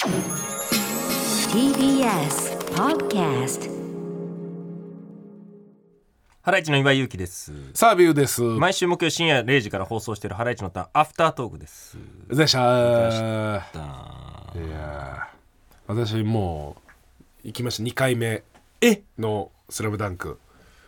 TBS Podcast。 ハライチの岩井ゆきです。 サービューです。 毎週木曜深夜0時から放送しているハライチのターンアフタートークです。 でしたー。 いや私もう行きました2回目のスラムダンク。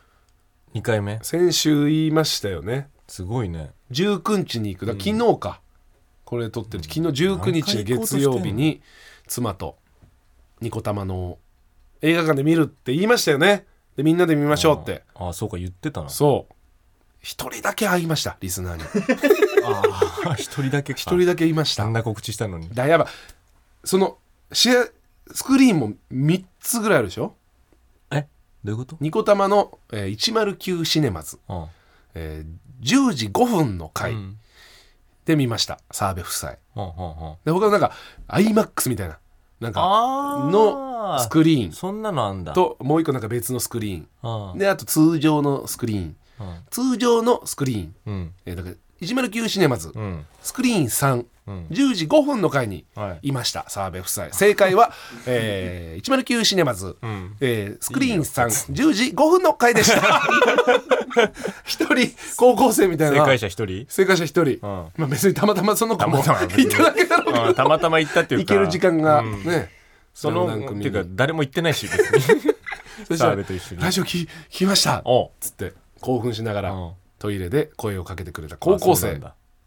2回目先週言いましたよね。 すごいね。 19日に行くだ、昨日か、これ撮ってる昨日19日月曜日に妻とニコタマの映画館で見るって言いましたよね。でみんなで見ましょうって。 ああそうか言ってたな。 そう一人だけ会いました、リスナーに。 ああ一人だけか。 一人だけいました。 あんな告知したのに。 だやばそのスクリーンも3つぐらいあるでしょ。 どういうこと？ ニコタマの、109シネマズ、10時5分の回で見ました、澤部夫妻。で他のなんか IMAX みたいななんかのスクリーン、 そんなのあんだ。 ともう一個なんか別のスクリーンで、あと通常のスクリーン、通常のスクリーン、だから109シネマズ、スクリーン3、10時5分の回にいました、澤部夫妻。正解は、109シネマズ、スクリーン3、10時5分の回でした。一人高校生みたいな正解者一人、 まあ、別にたまたまその子も行っただけだろうけど、 たまたま行ったっていうか行ける時間がね、 そのっていうか誰も行ってないし別に。 そしたら澤部と一緒にラジオ聞きましたっつって興奮しながらトイレで声をかけてくれた高校生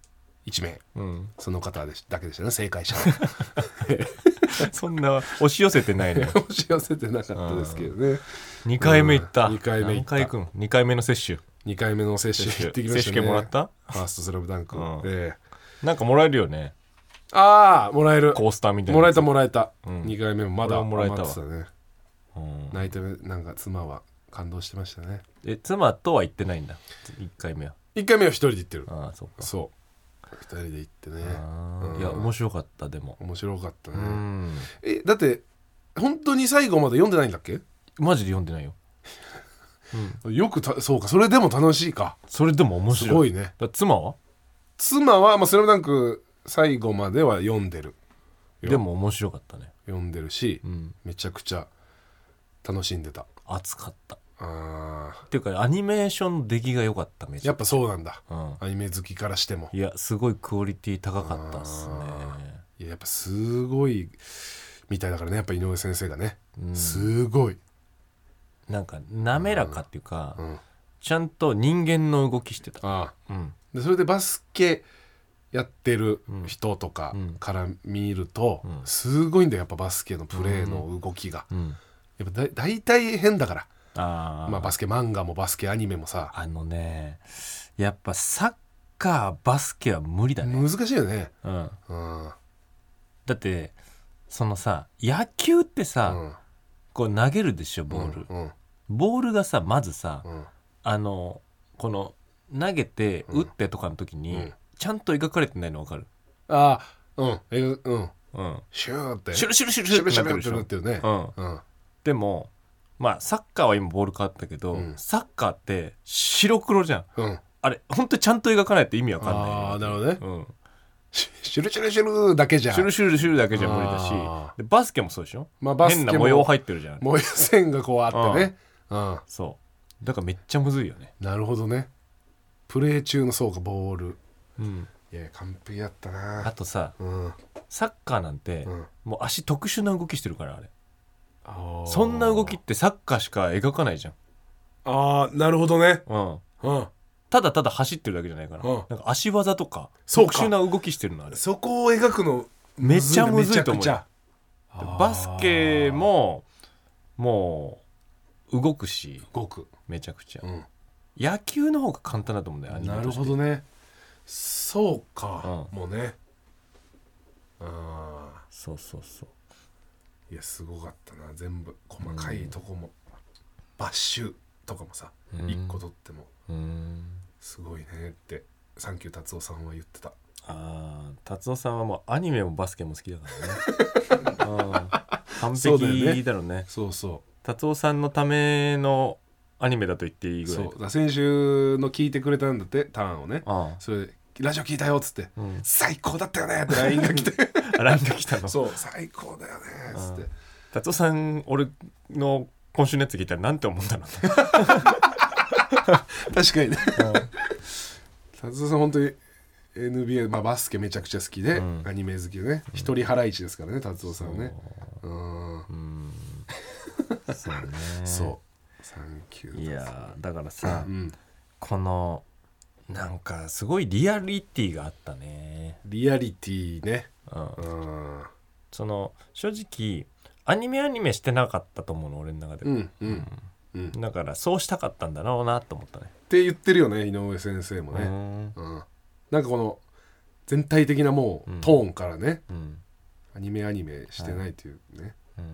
1名、その方だけでしたね、正解者。 そんな押し寄せてないね。 押し寄せてなかったですけどね。 2回目行った。 2回目行った。 何回行くん2回目の接種。 2回目の接種行ってきましたね。 接種券もらった？ ファーストスラムダンク、 なんかもらえるよね。 ああもらえる、 コースターみたいな。 もらえた、2回目もまだもらえたわ。 泣いてなんか妻は感動してましたね。 妻とは行ってないんだ。1回目は 1回目は1人で行ってる。 ああそうか。 そう2人で行ってね。 いや面白かった。でも面白かったね。だって本当に最後まで読んでないんだっけ？ マジで読んでないよ。 よくそうか、それでも楽しいか。 それでも面白い。 すごいね。 妻はまあ、スラムダンク最後までは読んでる。 でも面白かったね。 読んでるし、めちゃくちゃ楽しんでた。 熱かった。 あっていうかアニメーションの出来が良かった。めちゃくちゃやっぱそうなんだ、アニメ好きからしても。 いやすごいクオリティ高かったっすね。 いややっぱすごいみたいだからね、やっぱ井上先生がね、すごいなんか滑らかっていうか、ちゃんと人間の動きしてた。 でそれでバスケやってる人とかから見ると、すごいんだよやっぱバスケのプレーの動きが、やっぱ大体変だから。まあバスケ漫画もバスケアニメもさ、 やっぱサッカーバスケは無理だね。 難しいよね。 だってそのさ野球ってさ、こう投げるでしょボール、ボールがさまずさ、この投げて打ってとかの時に、ちゃんと描かれてないの分かる？シューってシュルシュルシュルシュルシュルシュルっていうね。 でもまあサッカーは今ボール変わったけど、サッカーって白黒じゃん、あれほんとちゃんと描かないと意味わかんない。 なるほどね、シュルシュルシュルだけじゃシュルシュルシュルだけじゃ無理だし、でバスケもそうでしょ、変な模様入ってるじゃん。 模様線がこうあってね、 そうだからめっちゃむずいよね。 なるほどね。プレー中のそうかボール、いや完璧だったな。 あとさ、サッカーなんて、もう足特殊な動きしてるからあれ。そんな動きってサッカーしか描かないじゃん。 なるほどね。 ただただ走ってるだけじゃないから、なんか足技とか特殊な動きしてるのあれ。 そこを描くのめちゃむずいと思うよ。バスケももう動くし、めちゃくちゃ、野球の方が簡単だと思うんだよ、アニメとして。 なるほどね。そうか、もうね。 そうそうそう。 いやすごかったな、全部細かいとこも、バッシュとかもさ、1個取ってもすごいねってサンキュー達夫さんは言ってた。 達夫さんはもうアニメもバスケも好きだからね。完璧だろうね。 そうそう、 達夫さんのためのアニメだと言っていいぐらい。 そうだ、先週の聞いてくれたんだって、ターンをね、それラジオ聞いたよっつって、最高だったよねって LINE が来て LINE が来たの。 そう最高だよねっつって、 達夫さん俺の今週のやつ聞いたらなんて思ったの確かにね達夫さん本当に NBA、バスケめちゃくちゃ好きで、アニメ好きでね、一人ハライチですからね達夫さんはね。 そうね。 そうサンキュー。 いやだからさ、このなんかすごいリアリティがあったね。 リアリティね。 その正直アニメしてなかったと思うの俺の中で。だからそうしたかったんだろうなと思ったね。 って言ってるよね井上先生もね。なんかこの全体的なもうトーンからね、アニメしてないというね。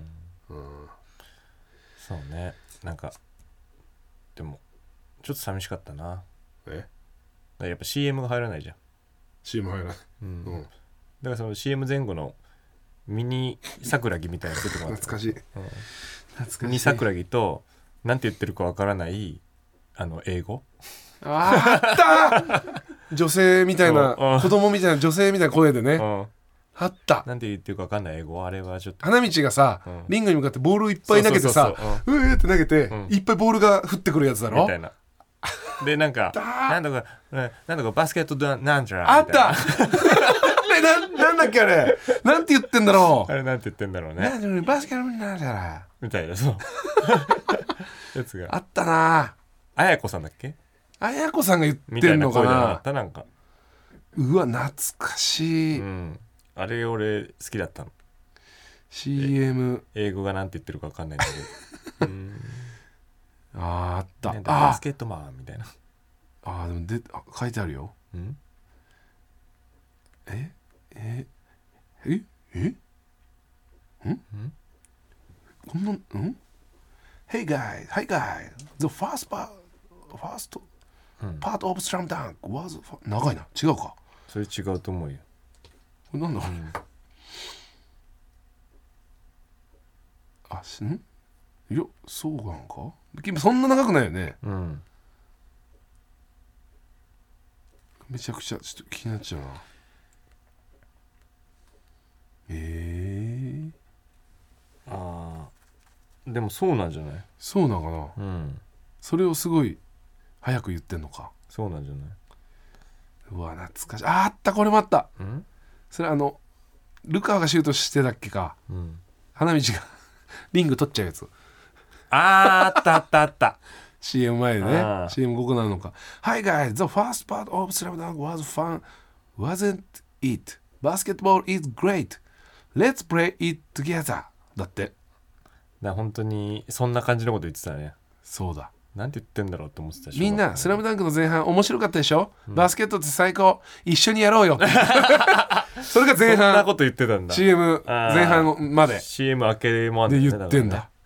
そうね。なんかでもちょっと寂しかったな。やっぱ CM が入らないじゃん。 CM 入らない、 だからその CM 前後のミニ桜木みたいな出てこなかった。 懐かしい、 ミニ桜木となんて言ってるかわからない英語。 あった女性みたいな、子供みたいな女性みたいな声でね、あった。 なんて言ってるかわかんない英語。あれはちょっと花道がさ、リングに向かってボールをいっぱい投げてさ、うーって投げて、いっぱいボールが降ってくるやつだろみたいな。でなんかなんとかバスケットなんちゃらあったなんだっけあれなんて言ってんだろう。 あれなんて言ってんだろうね。 バスケットなんちゃらみたいな。そうやつがあったな。 あやこさんだっけ。 あやこさんが言ってんのかな。 みたいな声じゃなかった。なんかうわ懐かしい、 あれ俺好きだったの。 CM 英語がなんて言ってるか分かんないんだけどあった、 バスケットマンみたいな。 でも書いてあるよ。こんなHey guys, the first part of Slam Dunk was 長いな。違うか。 それ違うと思うよ。 これなんだこれ。いやそうなんか。そんな長くないよね。めちゃくちゃちょっと気になっちゃうな。 でもそうなんじゃない。 そうなのかな、それをすごい早く言ってんのか。 そうなんじゃない。 うわ懐かしい。あったこれもあった。それルカがシュートしてたっけか、花道がリング取っちゃうやつ。 あった CM 前でね。 CM5 個なのか。 Hi guys, the first part of Slam Dunk was fun, wasn't it? Basketball is great, let's play it together だって。 本当にそんな感じのこと言ってたね。 そうだ。 なんて言ってんだろうって思ってたし。 みんなスラムダンクの前半面白かったでしょ、バスケットって最高、一緒にやろうよそれが前半。 そんなこと言ってたんだ。 CM 前半まで CM 明けもあで言ってんだ、 ね、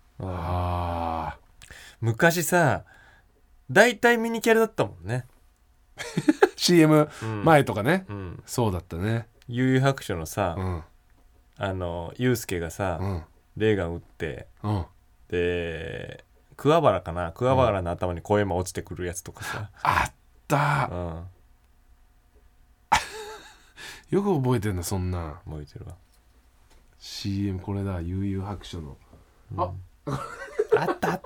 昔さ大体ミニキャラだったもんね CM 前とかね、そうだったね。 悠々白書のさ、ユウスケがさ、レーガン撃って、で桑原の頭に小山落ちてくるやつとかさ、 あった、よく覚えてんだそんな。 覚えてるわ。 CM これだ、悠々白書の、 あった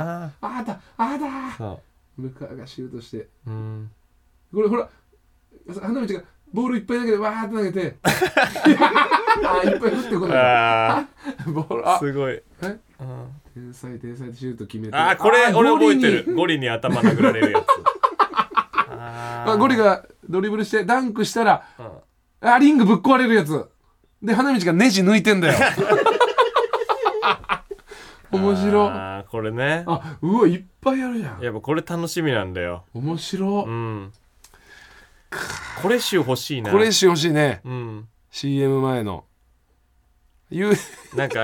そうルカがシュートして、これほら花道がボールいっぱい投げてわーって投げていっぱい降ってこないボール。 すごい。 天才ってシュート決めて。 これ俺覚えてる。ゴリに頭殴られるやつゴリがドリブルしてダンクしたら、リングぶっ壊れるやつで、花道がネジ抜いてんだよ面白。 これね。 うわいっぱいあるじゃん。 やっぱこれ楽しみなんだよ。 面白。 これ集欲しいな。 これ集欲しいね。CM 前のなんか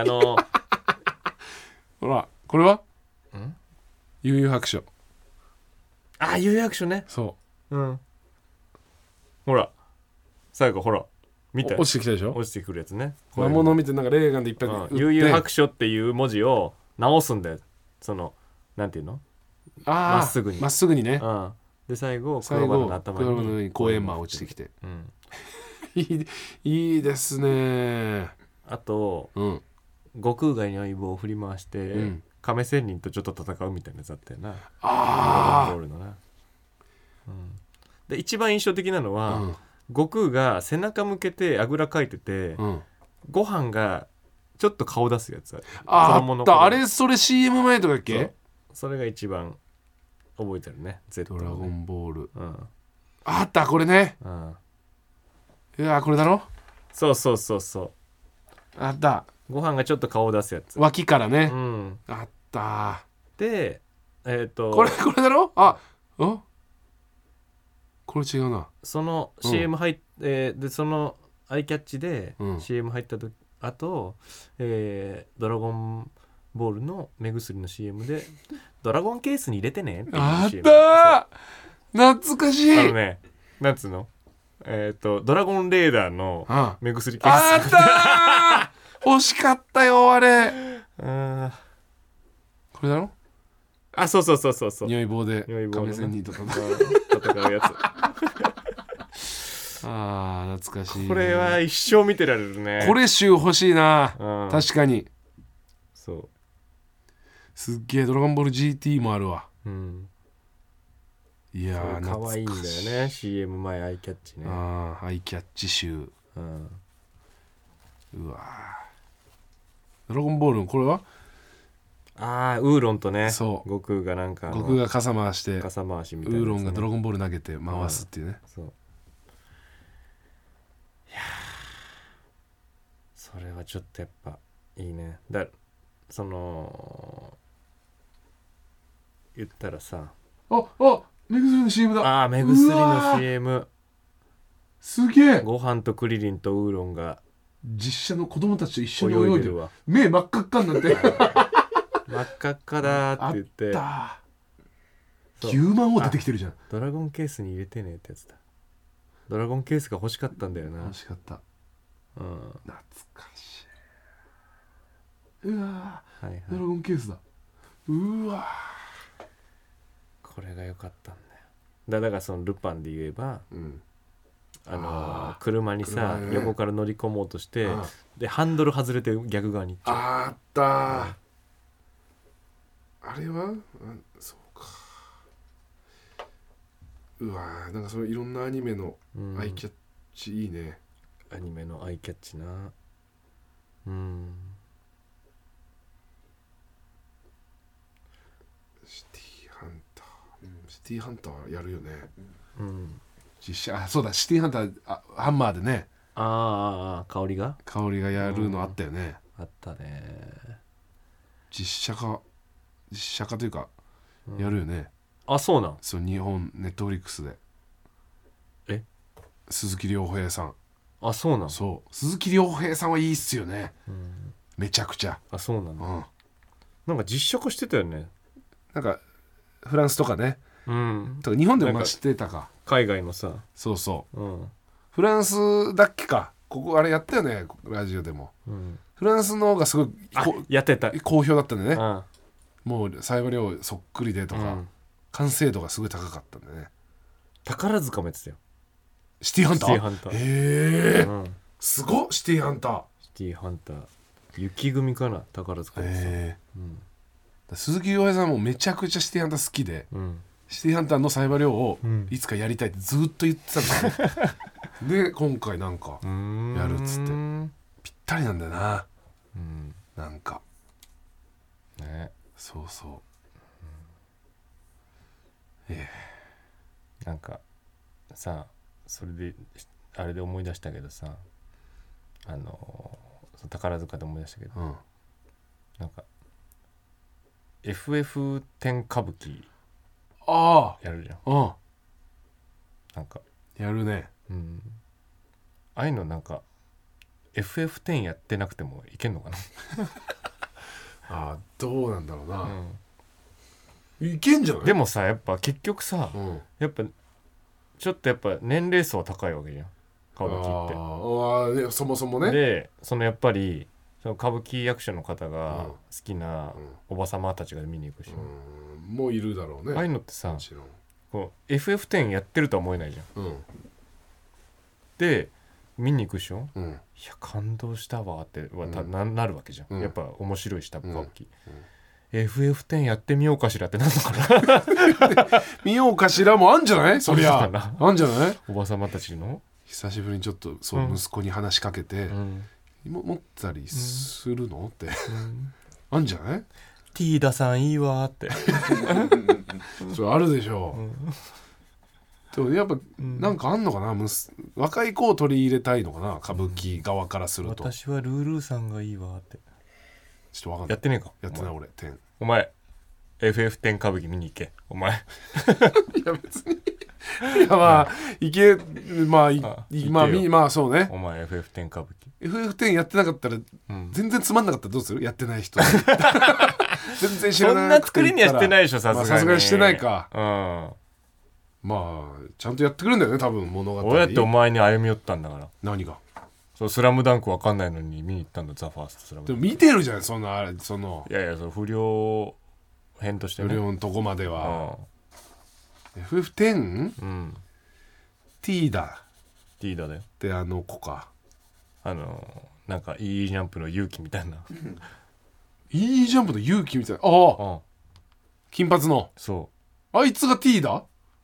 ほらこれは悠々白書。 悠々白書ね。 そう。 ほら最後ほら見て、 落ちてきたでしょ。 落ちてくるやつね。 魔物見てなんかレーガンでいっぱい悠々白書っていう文字を直すんだよ。そのなんていうの、まっすぐにまっすぐにね。 で最後黒バラの頭黒バラの上に公園マン落ちてきて、うん、いいですね。 あと、うん、悟空が如意棒を振り回して、うん、亀仙人とちょっと戦うみたいなやつあったよな。ドラゴンボールのな、うん、で一番印象的なのは、うん、悟空が背中向けてあぐらかいてて、うん、ご飯がちょっと顔出すやつあったあれそれ CM 前とかだっけ。 それが一番覚えてるね。 ドラゴンボール、うん、あったこれね、うん、いやこれだろ。 そうあったご飯がちょっと顔を出すやつ脇からね、うん、あったでこれだろ。あこれ違うな。 その CM 入って、でそのアイキャッチで CM 入ったあと、ドラゴンボールの目薬の CM でドラゴンケースに入れてねっていう CM。 あった懐かしい。 なんつうのドラゴンレーダーの目薬ケースあった欲しかったよあれ。これだろ。 あそう如意棒で亀仙人とか戦うやつ懐かしい、ね、 これは一生見てられるね。 これ集欲しいな、確かに。 そうすっげえドラゴンボール GT もあるわ、 うん、 いやーかわいいんだよね CM 前アイキャッチね。 アイキャッチ集、うん、うわドラゴンボールのこれはウーロンとね、そう悟空がなんか悟空が傘回して傘回しみたいな、 ウーロンがドラゴンボール投げて回すっていうね、 そういやそれはちょっとやっぱいいね。その言ったらさ目薬の CM だ。 目薬の CM すげえ。 ご飯とクリリンとウーロンが実写の子供たちと一緒に泳いでるわ。目真っ赤っかになって真っ赤っかだって言ってあった9万王出てきてるじゃん。 ドラゴンケースに入れてねってやつだ。ドラゴンケースが欲しかったんだよな。 欲しかった、うん、懐かしい。うわ、はいはい、ドラゴンケースだ。うわこれが良かったんだよ。だからそのルパンで言えば、うん、車にさ、ね、横から乗り込もうとしてでハンドル外れて逆側に行っちゃう。 あった、あれはそうか。うわなんかそのいろんなアニメのアイキャッチいいね、 アニメのアイキャッチな。うんシティハンター、シティハンターやるよね、うん、実写そうだシティハンターハンマーでね香りがやるのあったよね、 あったね。 実写化というか、やるよね。 そうなん。 そう日本ネットフリックスで鈴木亮平さん。 そうなん。 そう鈴木亮平さんはいいっすよね、めちゃくちゃ。 そうなんだ、なんか実写化してたよね。 なんかフランスとかね、とか日本でも知ってたか。 海外のさそうそう、フランスだっけか。ここあれやったよねラジオでも、フランスの方がすごいやってた好評だったんでね、もう冴羽亮そっくりでとか、完成度がすごい高かったんでね。 宝塚もやってたよシティハンター。へえ、すごっ。シティハンター雪組かな宝塚でさ、鈴木亮平さんもめちゃくちゃシティハンター好きで、シティハンターの冴羽亮をいつかやりたいってずっと言ってたんだよ、で今回なんかやるっつってぴったりなんだよな、なんかね。そうそう、 なんかさそれであれで思い出したけどさ宝塚で思い出したけど、なんか FF10 歌舞伎やるじゃん。なんかやるね、 ああいうのなんか FF10 やってなくてもいけんのかなどうなんだろうな、いけんじゃない。 でもさやっぱ結局さ、やっぱちょっとやっぱ年齢層は高いわけじゃん歌舞伎って。 そもそもね。 でやっぱりその歌舞伎役者の方が好きなおばさまたちが見に行くし、 もういるだろうね。 ああいうのってさこう FF10 やってるとは思えないじゃん、で見に行くでしょ、いや感動したわってなるわけじゃん、やっぱ面白いし多分歌舞伎、FF10 やってみようかしらってなんのかな見ようかしらもあんじゃない？そりゃあんじゃない？ おばさまたちの久しぶりにちょっとそう、息子に話しかけて、持ったりするのって、あんじゃない？ ティーダさんいいわってそれあるでしょう、でもやっぱなんかあんのかな、若い子を取り入れたいのかな、歌舞伎側からすると、 私はルールーさんがいいわってちょっとわかんない。 やってねえか。 やってない俺。10。 お前 FF10 歌舞伎見に行けお前いや別にいやまあ行け、まあそうね。 お前 FF10 歌舞伎 FF10 やってなかったら、全然つまんなかったらどうする？やってない人全然知らない。 そんな作りにはしてないでしょ、さすがに。 さすがにしてないか。 まあちゃんとやってくるんだよね多分物語。 どうやってお前に歩み寄ったんだから。 何が？ そうスラムダンクわかんないのに見に行ったんだ、ザ・ファーストスラムダンク。 でも見てるじゃん、そのいやいや、その不良編としてね、 不良のとこまでは、FF10？ ティーダだよってあの子か、 なんかいいジャンプの勇気みたいな、 いいジャンプの勇気みたいな、金髪の、 そうあいつがティーダ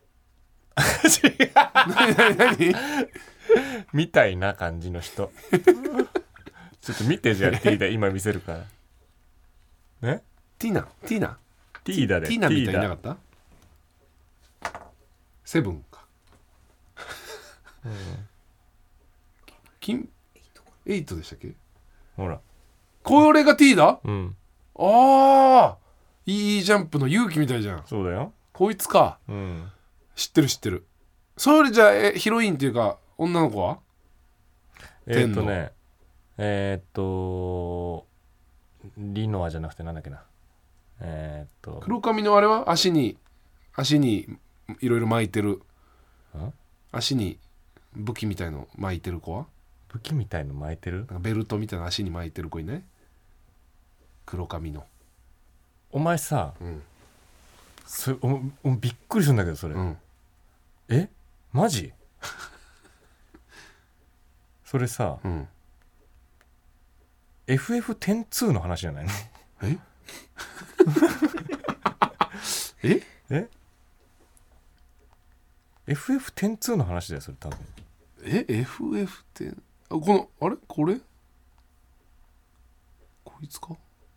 何みたいな感じの人ちょっと見て、じゃあティーダ今見せるからね。 ティナティーダでティナみたいになかった？セブンか、エイトでしたっけ？ ほらこれがティーダ？ああいいジャンプの勇気みたいじゃん。 そうだよ、 こいつか、知ってる。それじゃあヒロインっていうか女の子は？リノアじゃなくてなんだっけな、 黒髪のあれは足にいろいろ巻いてる、足に武器みたいの巻いてる子は？ 武器みたいの巻いてる？ なんかベルトみたいな足に巻いてる子いない？黒髪の。 お前さ、それびっくりするんだけどそれ、えマジそれさ、FF102 の話じゃないの？えFF102 の話だよそれ多分。 FF10 これこいつか？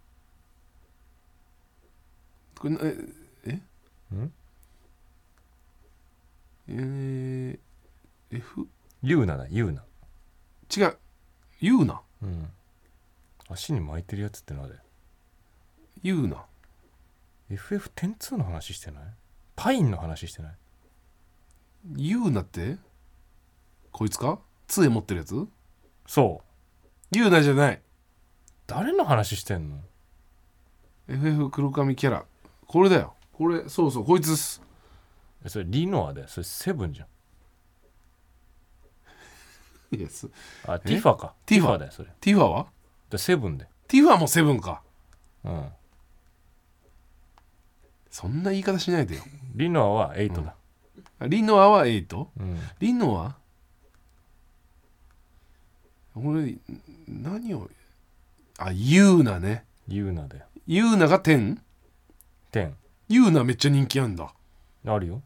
これユーナだ、ユーナ。 違う、ユーナ。 足に巻いてるやつってのはで。 ユーナ。 FF102 の話してない？パインの話してない？ ユーナってこいつか？杖持ってるやつ？ そう。 ユーナじゃない。 誰の話してんの？ FF 黒髪キャラ。これだよ。これ、そうそう、こいつです。 それリノアだよ。それセブンじゃん。 ティファか。ティファだよそれ。 ティファは？ セブンで。 ティファもセブンか。そんな言い方しないでよ。 リノアは8だ。 リノアは 8？リノア？俺何をユーナね。 ユーナだよ。 ユーナが 10？ ユーナめっちゃ人気あんだ。 あるよ。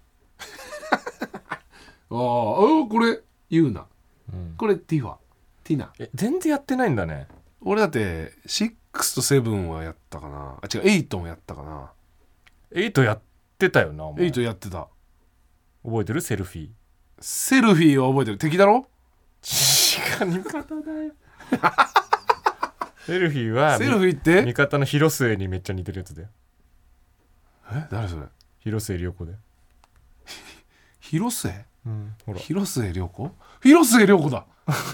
これユーナ、これティファ、ティナ。 全然やってないんだね。 俺だって6と7はやったかな。違う、8もやったかな。 8やってたよなお前。 8やってた。 覚えてる？セルフィー。 セルフィーは覚えてる。敵だろ？ 違う、味方だよ。セルフィーはセルフィーって味方の広末にめっちゃ似てるやつだよ。 誰それ？ 広末涼子で。 広末？ ほら広末涼子？広末涼子だ。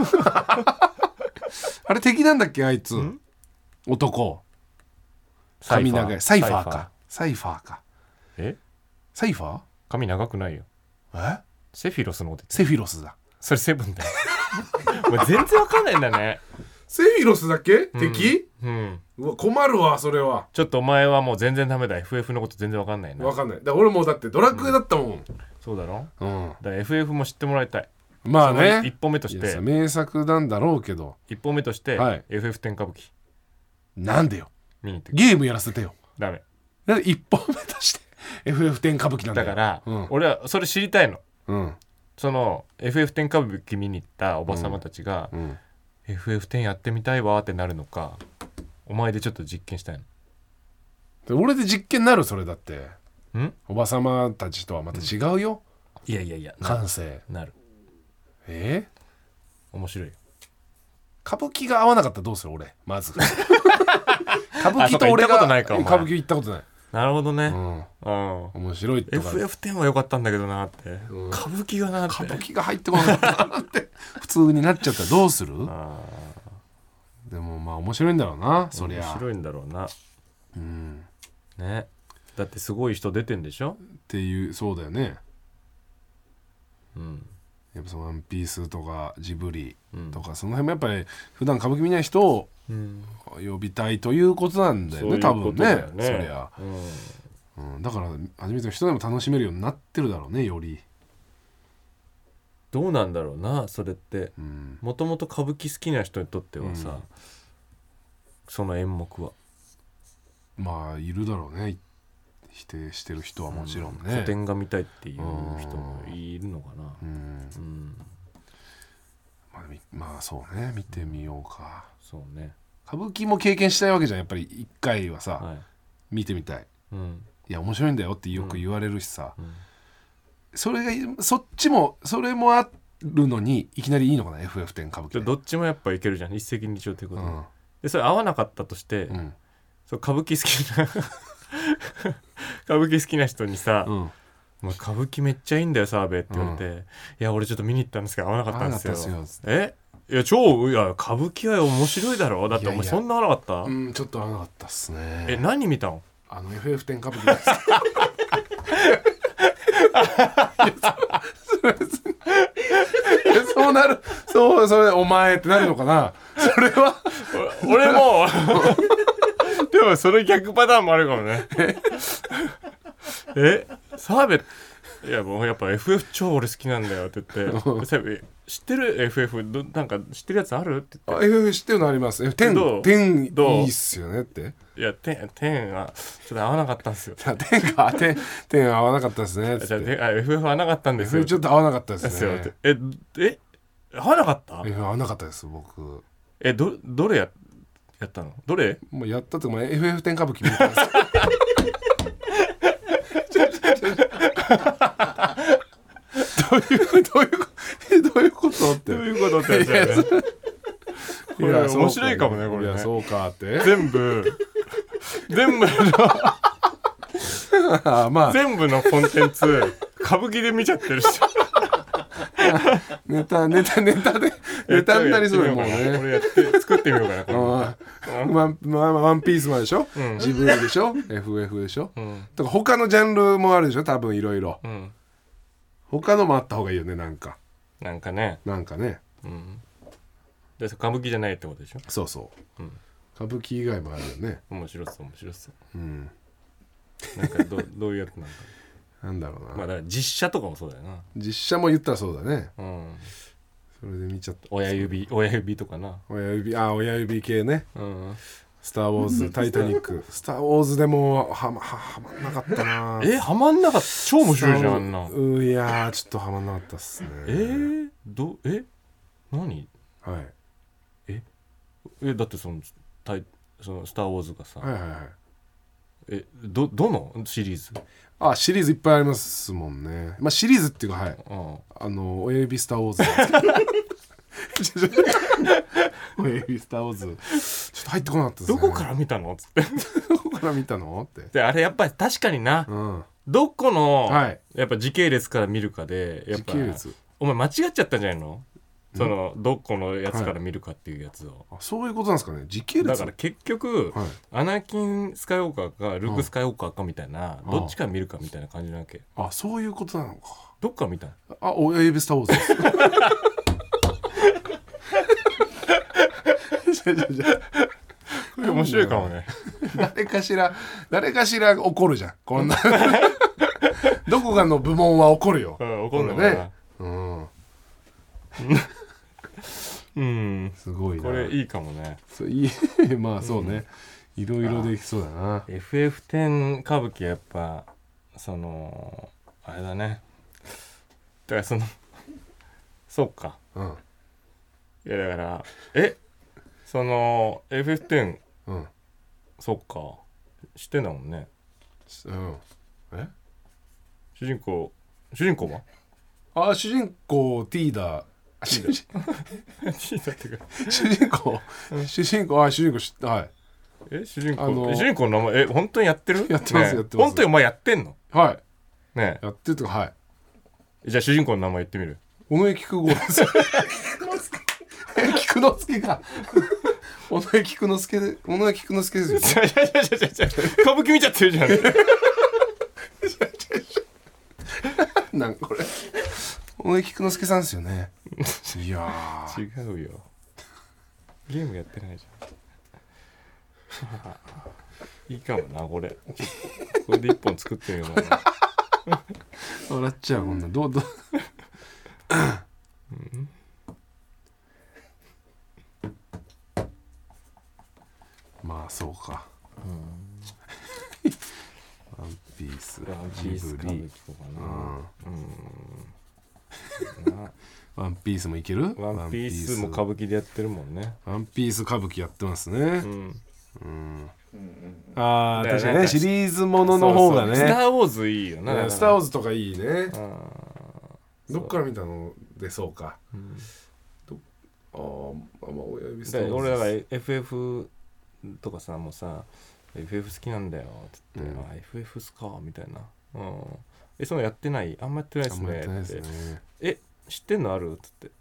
あれ敵なんだっけあいつ？男。髪長い。サイファーか。サイファーか。サイファー？ 髪長くないよ。セフィロスのこと。 セフィロスだ。 それセブンだよ。もう全然わかんないんだね。 セフィロスだけ、敵、うわ困るわそれは。 ちょっとお前はもう全然ダメだ。 FF のこと全然わかんないな。 わかんない。だから俺もだってドラクエだったもん、 そうだろ、だから FF も知ってもらいたい。 まあね、 一本目として名作なんだろうけど、 一本目として、 はい、 FF10 歌舞伎なんでよ、 見に行ってゲームやらせてよ。 ダメ。 なんで一本目として FF10 歌舞伎なんだよ。 だから、俺はそれ知りたいの。その FF10 歌舞伎見に行ったおばさまたちが、FF10 やってみたいわってなるのか、お前でちょっと実験したいの。俺で実験になる。それだっておばさまたちとはまた違うよ、 いやいやいや、 感性なる。面白いよ。 歌舞伎が合わなかったらどうする俺まず歌舞伎と俺が歌舞伎行ったことない。 なるほどね、 面白いとか FF10 は良かったんだけどなって、歌舞伎がなって、 歌舞伎が入ってこなかったなって普通になっちゃったらどうする。でもまあ面白いんだろうな、そりゃ面白いんだろうな。ね、だってすごい人出てんでしょっていう。そうだよね。やっぱそのワンピースとかジブリとか、その辺もやっぱり普段歌舞伎見ない人を呼びたいということなんだよね、多分ね。そりゃ、だから初めての人でも楽しめるようになってるだろうね、より。 どうなんだろうな、それって。もともと歌舞伎好きな人にとってはさ、その演目はまあいるだろうね、否定してる人はもちろんね。 古典が見たいっていう人もいるのかな。 まあそうね、見てみようか。 そうね、 歌舞伎も経験したいわけじゃん、やっぱり一回はさ、見てみたい。いや面白いんだよってよく言われるしさ、それがそっちもそれもあるのにいきなりいいのかな、 FF10 歌舞伎。 どっちもやっぱいけるじゃん、一石二鳥ということで。でそれ合わなかったとして、そう歌舞伎好きな歌舞伎好きな人にさ、まあ、歌舞伎めっちゃいいんだよ澤部って言われて、いや俺ちょっと見に行ったんですけど合わなかったんですよ。いや歌舞伎は面白いだろ。だってお前そんな合わなかった？ ちょっと合わなかったっすね。 何見たの ？FF10 歌舞伎ですそうなる。それお前ってなるのかな。それは俺もでもそれ逆パターンもあるかもね。澤部いやもうやっぱ FF 超俺好きなんだよって言って知ってる FF なんか知ってるやつあるって言って。 FF 知ってるのあります。10いいっすよねって。 いや10はちょっと合わなかったんですよ。 10合わなかったですねって。 FF 合わなかったんですよ。 FF ちょっと合わなかったですね。 合わなかった？ FF 合わなかったです僕。 どれやったの？どれ？ もうやったとか FF10 歌舞伎見たんですどういうことってこれ面白いかもね、これね。 いやそうかって全部まあ全部のコンテンツ歌舞伎で見ちゃってるしネタになりそうだもんね。 これやって作ってみようかな。 ワンピースもあるでしょ、ジブリでしょ、FF でしょ、とか他のジャンルもあるでしょ多分いろいろ。他のもあった方がいいよね。なんかね、 で歌舞伎じゃないってことでしょ。 そうそう、歌舞伎以外もあるよね。 面白そう。なんかどういうやつなんだなんだろうな。 まあだから実写とかもそうだよな。 実写も言ったらそうだね。それで見ちゃった。 親指とかな。 親指系ね。スター・ウォーズ、タイタニック。スター・ウォーズでもはまんなかったな。 はまんなかった。超面白いじゃんあんな。 いやちょっとはまんなかったっすね。 何？ はい。 だってそのスター・ウォーズがさ。どのシリーズ？ シリーズいっぱいありますもんね。まあシリーズっていうか親指スター・ウォーズ親指スター・ウォーズちょっと入ってこなかったですね。 どこから見たのっつってどこから見たのって。 であれやっぱり確かにな、どこの、やっぱ時系列から見るかでやっぱお前間違っちゃったんじゃないの？そのどこのやつから見るかっていうやつを、 そういうことなんですかね。時系列だから結局、アナキン・スカイウォーカーかルーク・スカイウォーカーかみたいな、どっちから見るかみたいな感じなわけ。 そういうことなのか。 どっから見たの？ 親指スター・ウォーズですこれ面白いかもね。 誰かしら怒るじゃんこんなどこかの部門は怒るよ、 怒るのね。 すごいな。 これいいかもね。 まあそうね、いろいろできそうだな。 FF10 歌舞伎はやっぱあれだね。だからそうか、いやだからFF10、そっか知ってんだもんね。主人公は主人公ティーダティーダってか主人公はい。 主人公の名前本当にやってる？ やってます、やってます。 本当にお前やってんの？ はいね。 やってるとか、はい。 じゃあ主人公の名前言ってみる。 尾上菊五です菊之助か。尾上菊之助ですよね。 歌舞伎見ちゃってるじゃん。 なんかこれ尾上菊之助さんですよね。いや違うよ、ゲームやってないじゃん。いいかもなこれで一本作ってみようかな。 笑っちゃうこんなどうまあそうか。ワンピース歌舞伎とかな。 ワンピースもいける？ ワンピースも歌舞伎でやってるもんね。 ワンピース歌舞伎やってますね。ああ確かにね、シリーズものの方がね。 スターウォーズいいよな。 スターウォーズとかいいね。どっから見たのでそうか。親指スターウォーズ。 俺だから FF とかさもうさ FF 好きなんだよって言って、FF っすかみたいな。そのやってない？あんまやってないですねって。知ってんのある？って言って。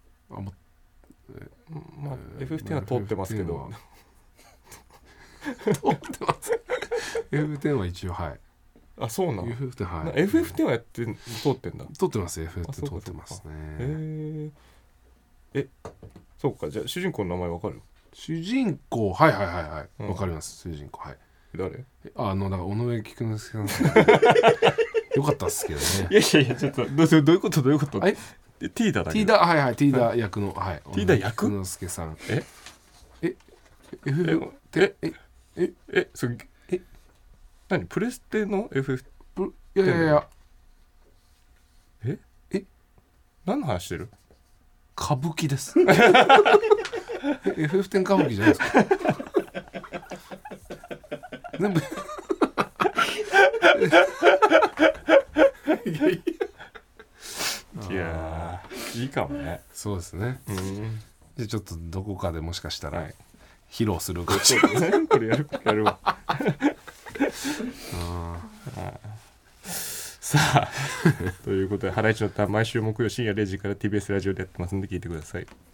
まあ FF10 は通ってますけど。 通ってます。FF10 は一応はい。 あ、そうなの。 FF10 はい。 FF10 は通ってんだ。 通ってます。FF10 通ってますね。 そうか。じゃあ主人公の名前わかる？ 主人公はいわかります。主人公はい。 誰？ だから尾上菊之助さん。よかったっすけどね。 いやちょっとどういうこと？ティーダだけど。 ティーダはいティーダ役のはい。 ティーダ役？ 菊之助さん。 何プレステの FF？ いや何の話してる？ 歌舞伎です。FF10 歌舞伎じゃないですか。全部いやいいかもね。 そうですね。じゃあちょっとどこかでもしかしたら披露するかもしれない。これやるわ。さあということでハライチのターン毎週木曜深夜0時から TBS ラジオでやってますんで聞いてください。